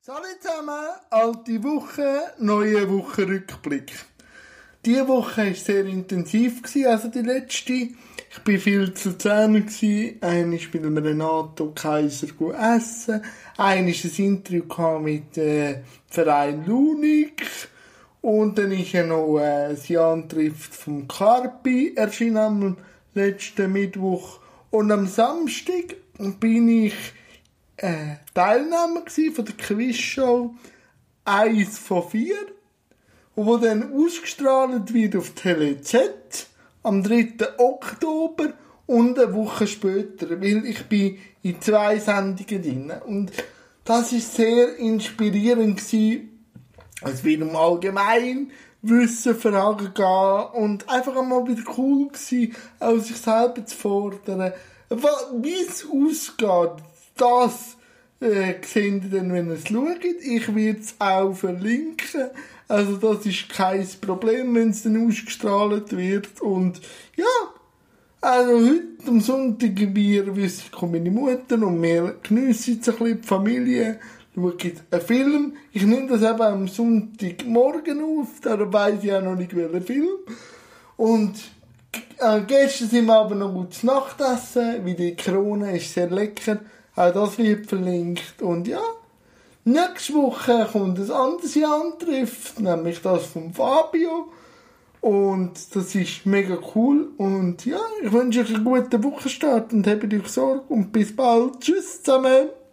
Salut zusammen, alte Woche, neue Wochenrückblick. Diese Woche war sehr intensiv, also die letzte. Ich war viel zu Luzern, einmal mit dem Renato Kaiser essen, einmal ein Interview mit Verein Lunik und dann ist ja noch das Jan trifft vom Carpi erschienen am letzten Mittwoch und am Samstag bin ich Teilnehmer von der Quizshow 1 von 4, wo dann ausgestrahlt wird auf Tele Z am 3. Oktober und eine Woche später, weil ich bin in 2 Sendungen drin. Und das war sehr inspirierend gewesen. Es wird um Allgemeinwissen Fragen gehen und einfach einmal wieder cool gewesen, auch sich selber zu fordern. Wie es ausgeht, das seht ihr dann, wenn ihr es schaut. Ich werde es auch verlinken. Also das ist kein Problem, wenn es dann ausgestrahlt wird. Und ja, also heute am Sonntag kommt meine Mutter und wir geniessen jetzt ein bisschen die Familie, schauen einen Film. Ich nehme das eben am Sonntagmorgen auf, darum weiss ich auch noch nicht, welcher Film. Und gestern sind wir aber noch gut zu Nachtessen, weil die Krone ist sehr lecker. Auch das wird verlinkt. Und ja, nächste Woche kommt ein anderes Jan trifft, nämlich das von Fabio. Und das ist mega cool. Und ja, ich wünsche euch einen guten Wochenstart und habt euch Sorge und bis bald. Tschüss zusammen.